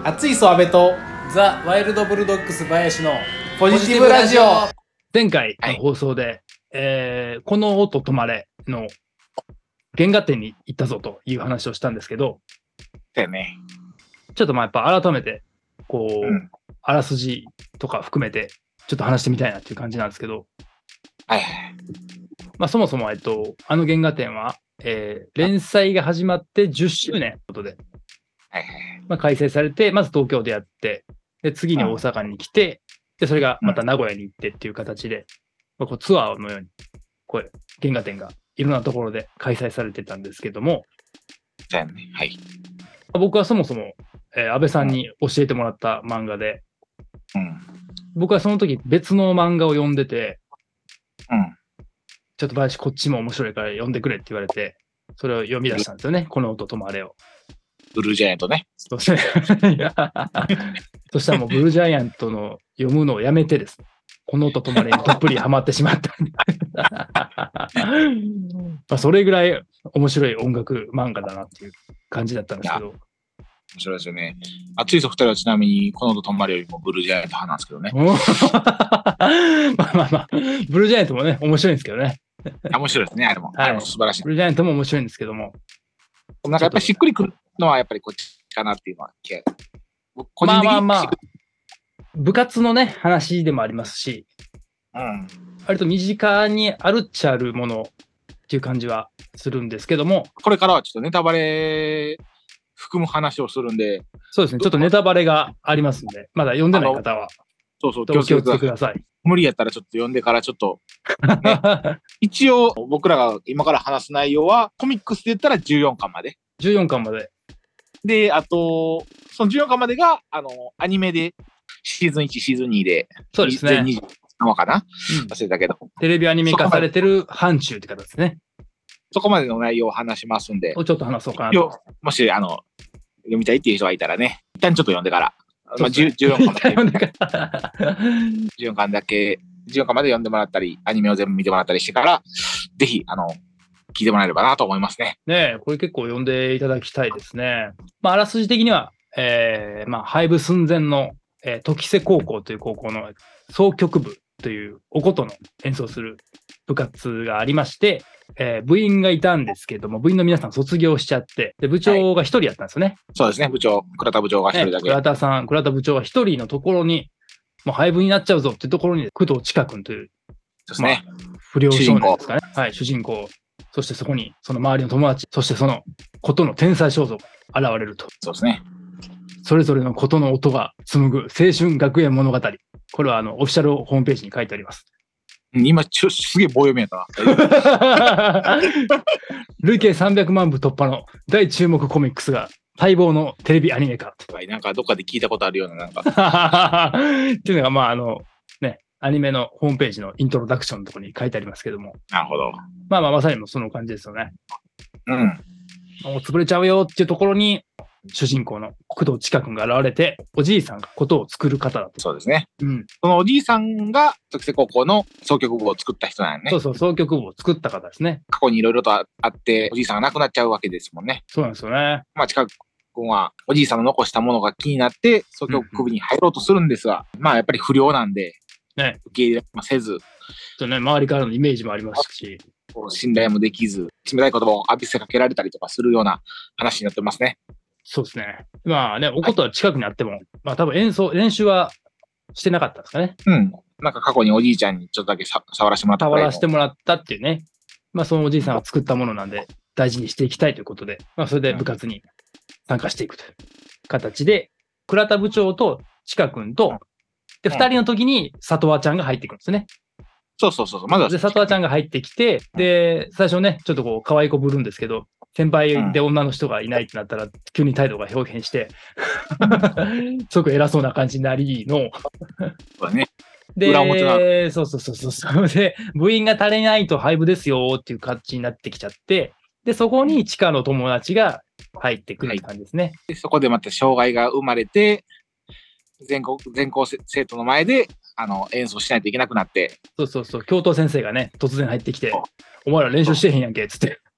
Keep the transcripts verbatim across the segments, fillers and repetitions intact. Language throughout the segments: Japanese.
熱いそ阿部とザ・ワイルドブルドッグス林のポジティブラジオ。 前回の放送で、はい、えー、この音止まれの原画展に行ったぞという話をしたんですけど、 だよね。 ちょっとまあやっぱ改めてこう、うん、あらすじとか含めてちょっと話してみたいなっていう感じなんですけど、 はい。 まあそもそもえっとあの原画展は、えー、連載が始まってじゅっしゅうねんということで、 はいはい、 まあ、開催されて、まず東京でやって、で次に大阪に来て、でそれがまた名古屋に行ってっていう形で、まあ、こうツアーのようにこれ原画展がいろんなところで開催されてたんですけども、 だよね。はい。 僕はそもそも、えー、安倍さんに教えてもらった漫画で、 うん、 僕はその時別の漫画を読んでて、 うん、 ちょっと林こっちも面白いから読んでくれって言われて、それを読み出したんですよね、この音止まれを。 ブルージャイアントね。 そしてそしたらもうブルージャイアントの読むのをやめてですね、この音止まれにどっぷりハマってしまったまあそれぐらい面白い音楽漫画だなっていう感じだったんですけど。 面白いですよね。熱いソフトはちなみにこの音止まれよりもブルージャイアント派なんですけどね。 まあまあまあブルージャイアントもね面白いんですけどね。 面白いですね、あれも。はい、あれも素晴らしい。 ブルージャイアントも面白いんですけども、 なんかやっぱりしっくりくるのはやっぱりこっちかなっていうのは気が、 個人的にまあまあまあ部活のね話でもありますし、 うん、 割と身近にあるっちゃあるものっていう感じはするんですけども、 これからはちょっとネタバレ含む話をするんで、 そうですね、ちょっとネタバレがありますんで、まだ読んでない方はそうそう気をつけてください。 無理やったらちょっと読んでからちょっと、ね、一応僕らが今から話す内容はコミックスで言ったらじゅうよんかんまでじゅうよんかんまでで、あとそのじゅうよんかんまでがあのアニメでシーズンいちシーズンにで、 そうですね、 にじゅうななわかな、うん、忘れたけどテレビアニメ化されてる範疇って方ですね。 そこまでの内容を話しますんで、 ちょっと話そうかなと。 もしあの読みたいっていう人がいたらね、一旦ちょっと読んでから、まあ、じゅうよんかんまでじゅうよんかんだけじゅうよんかんまで読んでもらったり、アニメを全部見てもらったりしてから、ぜひあの聞いてもらえればなと思いますね。 ねえ、これ結構読んでいただきたいですね。まあ、あらすじ的には、えーまあ、廃部寸前の、えー、時瀬高校という高校の箏曲部というお琴の演奏する部活がありまして、えー、部員がいたんですけども、部員の皆さん卒業しちゃって、で部長が一人やったんですよね、はい。 そうですね、部長、倉田部長が一人だけ。 ね、倉田さん、倉田部長は一人のところに、もう廃部になっちゃうぞっていうところに、工藤千佳君という、 ですね、 まあ、不良少年ですかね。はい、主人公。そしてそこに、その周りの友達、そしてその琴の天才少女が現れると。 そうですね。 それぞれの琴の音が紡ぐ青春学園物語。これはあのオフィシャルホームページに書いてあります。 今ちょすげえ棒読みやったな。 累計さんびゃくまんぶ突破の大注目コミックスが待望のテレビアニメ化。 なんかどっかで聞いたことあるようななんか。 っていうのがまああのねアニメのホームページのイントロダクションのところに書いてありますけども。 なるほど。 まあまあまさにもその感じですよね。 うん。 もう潰れちゃうよっていうところに主人公の工藤千佳君が現れて、おじいさんが琴を作る方だと。 そうですね。 うん。 そのおじいさんが時瀬高校の箏曲部を作った人なんよね。 そうそう、箏曲部を作った方ですね。 過去にいろいろとあって、おじいさんが亡くなっちゃうわけですもんね。 そうなんですよね。 まあ千佳君はおじいさんの残したものが気になって箏曲部に入ろうとするんですが、うんうん、まあやっぱり不良なんで、 ね、 受け入れせず、 とね、周りからのイメージもありますし、 信頼もできず、冷たい言葉を浴びせかけられたりとかするような話になってますね。 そうですね。まあね、おことは近くにあっても、はい、まあ多分演奏、練習はしてなかったんですかね。 うん。なんか過去におじいちゃんにちょっとだけさ触らせてもらった。 触らせてもらったっていうね。まあそのおじいさんが作ったものなんで、大事にしていきたいということで、まあそれで部活に参加していくという形で、倉田部長と千佳君と、で、二人の時に里和ちゃんが入ってくるんですね。 そうそうそう。まずは。 で、里和ちゃんが入ってきて、で、最初ね、ちょっとこう、可愛い子ぶるんですけど、先輩で女の人がいないってなったら、急に態度が表現して、すごく偉そうな感じになりの。 そうだね。 で、そうそうそうそう。で、部員が足りないと廃部ですよっていう感じになってきちゃって、で、そこに千佳の友達が入ってくるって感じですね。 でそこでまた障害が生まれて、全校、全校生徒の前で、あの、演奏しないといけなくなって。 そうそうそう。教頭先生がね、突然入ってきて、お前ら練習してへんやんけ、つって。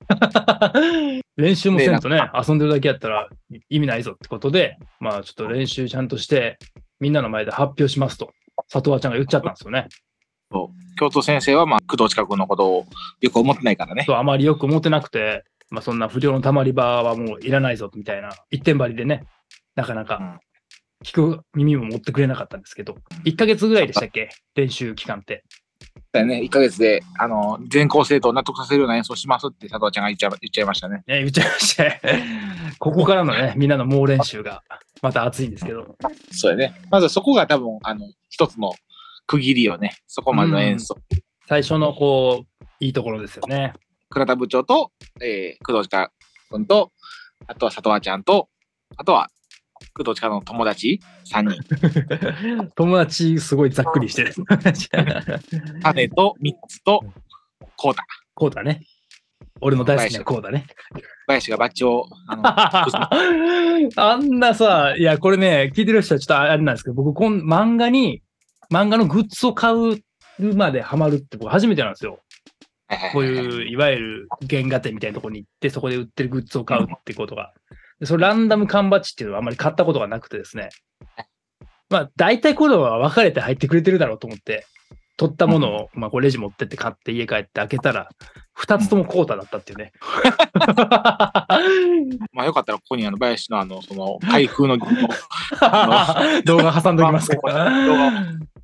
練習もせんとね、遊んでるだけやったら意味ないぞってことで、まあちょっと練習ちゃんとして、みんなの前で発表しますと、佐藤ちゃんが言っちゃったんですよね。 そう教頭先生は、まあ、工藤近くのことをよく思ってないからね。 そう、あまりよく思ってなくて、まあそんな不良のたまり場はもういらないぞみたいな一点張りでね、なかなか聞く耳も持ってくれなかったんですけど、いっかげつぐらいでしたっけ、練習期間って。 だよね、いっかげつで、あの、全校生徒を納得させるような演奏しますって佐藤ちゃんが言っちゃ言っちゃいましたね。 ね、言っちゃいましたね。ここからのね、みんなの猛練習がまた熱いんですけど。 そうやね。まずそこが多分、あの、一つの区切りよね。そこまでの演奏。 うん、最初の、こう、いいところですよね。 倉田部長と、えー、工藤近君と、あとは佐藤ちゃんと、あとは、工藤近の友達さんにん。 友達すごいざっくりしてる。 種とみっつとコウタ。 コウタね。俺の大好きなコウタね。 林がバッジを、あの、 あんなさ、いや、これね、聞いてる人はちょっとあれなんですけど、僕、こん漫画に、漫画のグッズを買うまでハマるって僕初めてなんですよ。こういう、いわゆる原画店みたいなところに行って、そこで売ってるグッズを買うってことが。でそのランダム缶バッジっていうのはあんまり買ったことがなくてですね。まあ、大体こういうのは分かれて入ってくれてるだろうと思って、取ったものを、まあ、これレジ持ってって買って家帰って開けたら、二つともコウタだったっていうね。 まあよかったらここにあの林のあの、その開封の動画挟んでおきますから。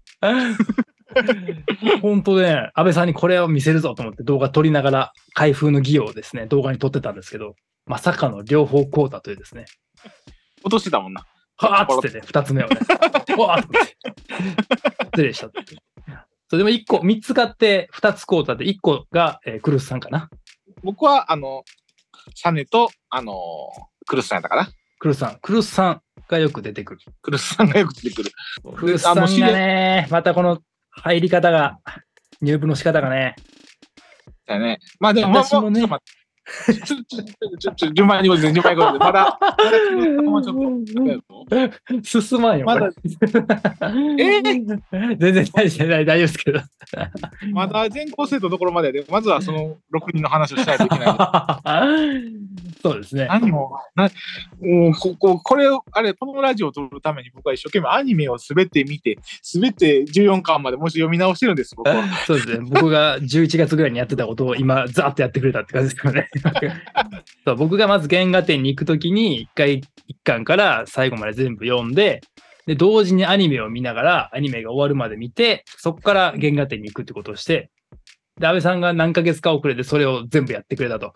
本当ね、安倍さんにこれを見せるぞと思って動画撮りながら開封の儀をですね、動画に撮ってたんですけど、まさかの両方コウタというですね。 落としてたもんな。 はぁっつってね、二つ目をね。わーっつって。失礼したって。それでも一個、三つ買って二つコウタで、一個が、えー、クルスさんかな。 僕は、あの、サネと、あのー、クルスさんやったかな。 クルスさん。クルスさんがよく出てくる。 クルスさんがよく出てくる。 クルスさんがね、またこの入り方が、入部の仕方がね。 だね。まあでも、まあ、 私もね。 ちょ、ちょ、ちょ、ちょ、順番にごめん、順番にごめん。まだ、まだ、もうちょっと。進まんよ。 まだ、えー、全然大丈夫、大丈夫ですけど。 まだ全校生徒のところまでで、まずはそのろくにんの話をしないといけない。 そうですね。 何も、な、もう、ここ、これを、あれ、このラジオを撮るために僕は一生懸命アニメをすべて見て、すべてじゅうよんかんまでもし読み直してるんです、僕は。 そうですね。僕がじゅういちがつぐらいにやってたことを今、ザーッとやってくれたって感じですよね。そう僕がまず原画展に行くときに、一回、一巻から最後まで全部読んで、で、同時にアニメを見ながら、アニメが終わるまで見て、そこから原画展に行くってことをして、で、安倍さんが何ヶ月か遅れてそれを全部やってくれたと。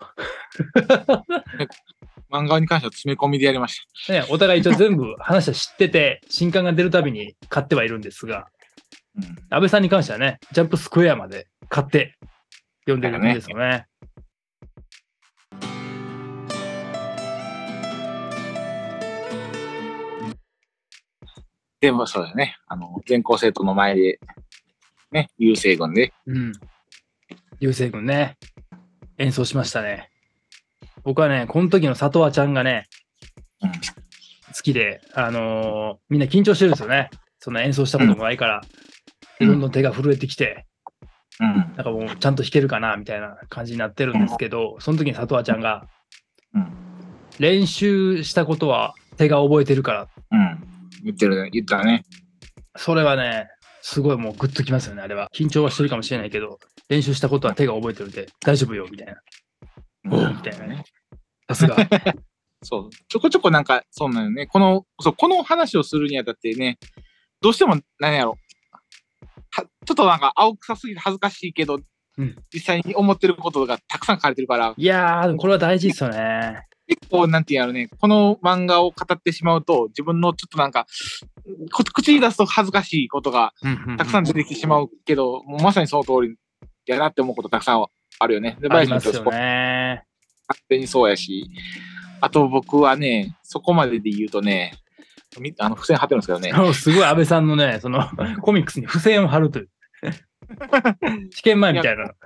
漫画に関しては詰め込みでやりました。 ね、お互い一応全部話は知ってて、新刊が出るたびに買ってはいるんですが、うん、安倍さんに関してはね、ジャンプスクエアまで買って読んでるんですよね。 でもそうだよね。あの、全校生徒の前で、ね、流星群で。 うん。流星群ね。演奏しましたね。僕はね、この時の里和ちゃんがね、うん、好きで、あのー、みんな緊張してるんですよね。そんな演奏したこともないから、うん、どんどん手が震えてきて、うん、なんかもうちゃんと弾けるかなみたいな感じになってるんですけど、その時に里和ちゃんが、うん、練習したことは手が覚えてるから。 うん、言ってる、言ったね。 それはね、すごいもうグッときますよね、あれは。緊張はしてるかもしれないけど、練習したことは手が覚えてるんで、大丈夫よ、みたいな。おおみたいなね。さすが。 そう。ちょこちょこなんか、そうなのね。この、そう、この話をするにあたってね、どうしても、何やろ。はちょっとなんか青臭すぎて恥ずかしいけど、うん、実際に思ってることがたくさん書かれてるから。 いやー、これは大事ですよね。 結構、なんていうのね、この漫画を語ってしまうと、自分のちょっとなんか、口に出すと恥ずかしいことがたくさん出てきてしまうけど、もうまさにその通りやなって思うことたくさんあるよね。 で、ありますよね。 勝手にそうやし、あと僕はね、そこまでで言うとね、あの付箋貼ってるんですけどね。 すごい安倍さんのね、そのコミックスに付箋を貼るという。試験前みたいな。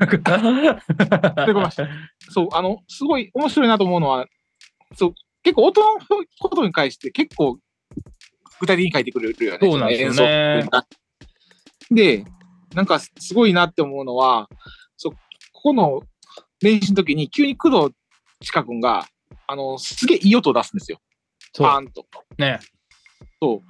そう、あの、すごい面白いなと思うのは、そう、結構音のことに関して結構具体的に書いてくれるよね。 そうなんですよね。 で、なんかすごいなって思うのは、そここの練習の時に急に工藤千佳君が、あの、すげえいい音を出すんですよ。パーンと。 ね。 そう。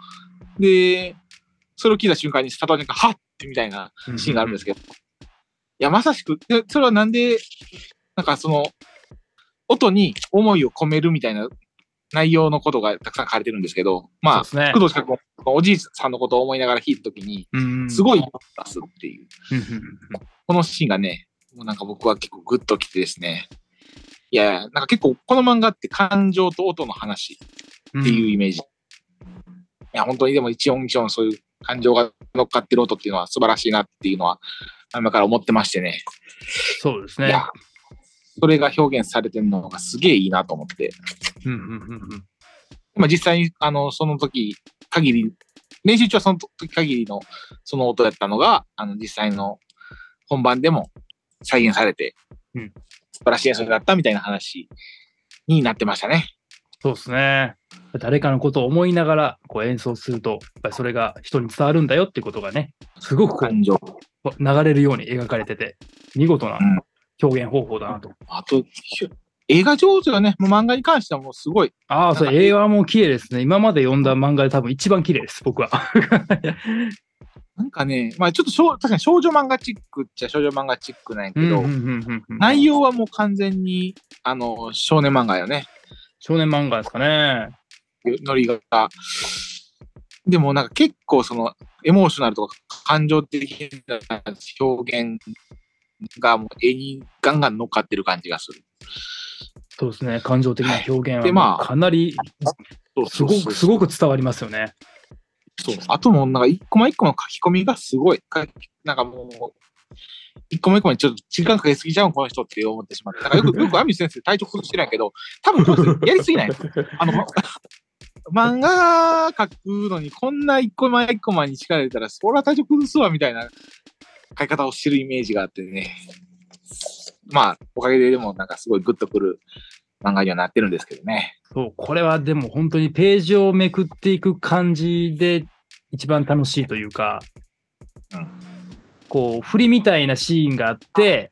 で、それを聞いた瞬間に、里ちゃんが、はっってみたいなシーンがあるんですけど、うんうんうん、いや、まさしく、それはなんで、なんかその、音に思いを込めるみたいな内容のことがたくさん書かれてるんですけど、まあ、ね、工藤千佳君おじいさんのことを思いながら弾いたときに、すごい出すっていう。このシーンがね、もうなんか僕は結構グッときてですね、いや、なんか結構この漫画って感情と音の話っていうイメージ。うん、いや、本当にでも一音一音そういう感情が乗っかってる音っていうのは素晴らしいなっていうのは、今から思ってましてね。 そうですね。いや、 それが表現されてるのがすげえいいなと思って。 うんうんうんうん、 まあ実際に、あの、その時限り、練習中はその時限りのその音だったのが、あの、実際の本番でも再現されて、うん、素晴らしい演奏だったみたいな話になってましたね。 そうですね。誰かのことを思いながらこう演奏すると、やっぱりそれが人に伝わるんだよってことがね、すごくこう感情流れるように描かれてて、見事な表現方法だなと。うん、 あと、映画上手がね、もう漫画に関してはもうすごい。 ああ、それ映画も綺麗ですね。今まで読んだ漫画で多分一番綺麗です、僕は。 なんかね、まあちょっと少確かに少女漫画チックっちゃ少女漫画チックなんやけど、内容はもう完全にあの少年漫画よね。 少年漫画ですかね。 ノリが。でもなんか結構そのエモーショナルとか感情的な表現がもう絵にガンガン乗っかってる感じがする。 そうですね。感情的な表現はかなりすごくすごく伝わりますよね。 そう。あともなんか一個も一個の書き込みがすごい。なんかもう一個も一個にちょっと時間かけすぎちゃうこの人って思ってしまって。なんかよくよくアミ先生体調崩してるんやけど、多分この人やりすぎない。あの漫画描くのにこんな一個前一個前に力入れたらそりゃ体調崩すわみたいな書き方をしてるイメージがあってね。まあおかげででもなんかすごいグッとくる漫画にはなってるんですけどね。 そう、これはでも本当にページをめくっていく感じで一番楽しいというか、うん、こう振りみたいなシーンがあって、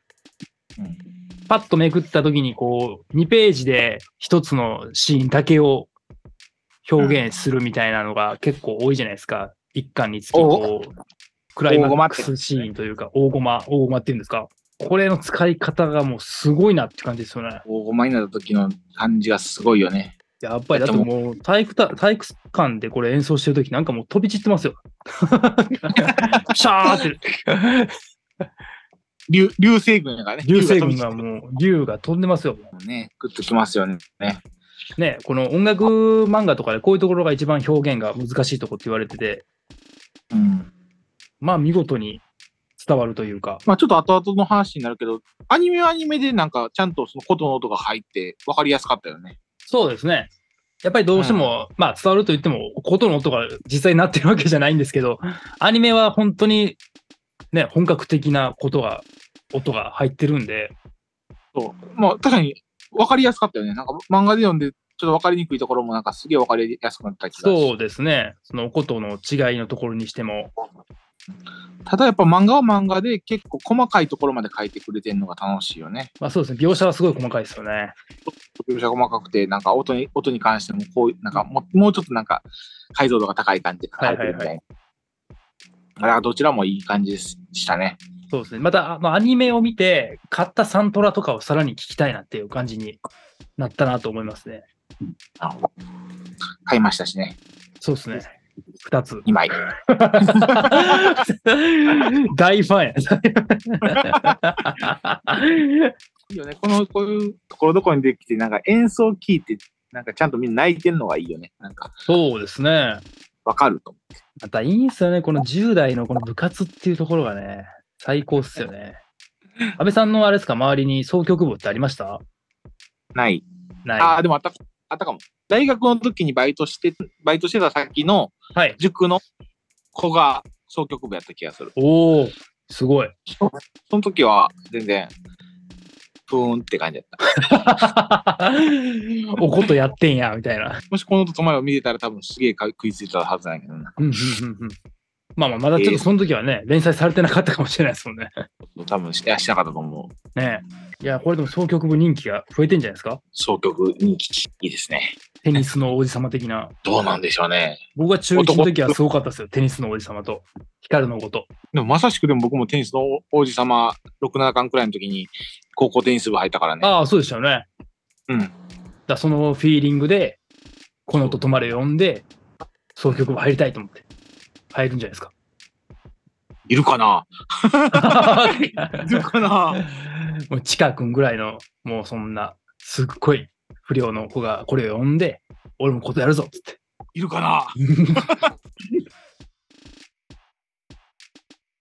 うん、パッとめくった時にこうにページで一つのシーンだけを表現するみたいなのが結構多いじゃないですか。一巻につきこうクライマックスシーンというか大駒大駒っていうんですか。これの使い方がもうすごいなって感じですよね。 大駒になった時の感じがすごいよね。 やっぱりだってもう体育体育館でこれ演奏してる時なんかもう飛び散ってますよ。シャーって。 流流星群やからね。 流星群がもう竜が飛んでますよ。 ね、グッときますよね。 ね、この音楽漫画とかでこういうところが一番表現が難しいとこって言われてて、うん、まあ見事に伝わるというか。 まあちょっと後々の話になるけど、アニメはアニメでなんかちゃんとその琴の音が入って分かりやすかったよね。 そうですね。やっぱりどうしても、うん、まあ伝わると言っても琴の音が実際になってるわけじゃないんですけど、アニメは本当にね、本格的なことが、音が入ってるんで。 そう。まあ確かに分かりやすかったよね。なんか漫画で読んでちょっと分かりにくいところもなんかすげえ分かりやすくなった気がする。 そうですね。その琴の違いのところにしても。 ただやっぱ漫画は漫画で結構細かいところまで書いてくれてるのが楽しいよね。 まあそうですね。描写はすごい細かいですよね。 描写細かくて、なんか音に、音に関してもこう、なんかもう、もうちょっとなんか解像度が高い感じで書かれてるみたいな。はいはいはい、だからどちらもいい感じでしたね。 そうですね。また、まあ、アニメを見て、買ったサントラとかをさらに聞きたいなっていう感じになったなと思いますね。 買いましたしね。 そうですね。二つ。 にまい。 大ファンや。 いいよね。この、こういうところどころにできて、なんか演奏聞いて、なんかちゃんとみんな泣いてるのがいいよね。なんか。 そうですね。 わかると思って。 またいいんすよね。このじゅう代のこの部活っていうところがね、最高っすよね。安倍さんのあれですか、周りに箏曲部ってありました？ ない。 ない。 ああ、でもあった、あったかも。大学の時にバイトして、バイトしてた先の塾の子が箏曲部やった気がする。 おー、すごい。 そ, その時は全然、ふーんって感じだった。 おことやってんや、みたいな。 もしこの音止まりを見てたら多分すげえ食いついたはずなんやけどな。 うんうんうんうん。 まあまあ、まだちょっとその時はね、連載されてなかったかもしれないですもんね。 多分し、いやしなかったと思う。 ねえ。いや、これでも総局部人気が増えてんじゃないですか？ 総局人気いいですね。 テニスの王子様的な。 どうなんでしょうね。 僕が中いちの時はすごかったですよ。テニスの王子様と、光のこと。 でもまさしくでも僕もテニスの王子様ろく、ななかんくらいの時に高校テニス部入ったからね。 ああ、そうでしたよね。 うん。 だそのフィーリングで、この音止まれ読んで、総局部入りたいと思って。入るんじゃないですか。 いるかないるかなもう、チカ君ぐらいの、もうそんな、すっごい不良の子がこれを読んで、俺もことやるぞっつって。 いるかな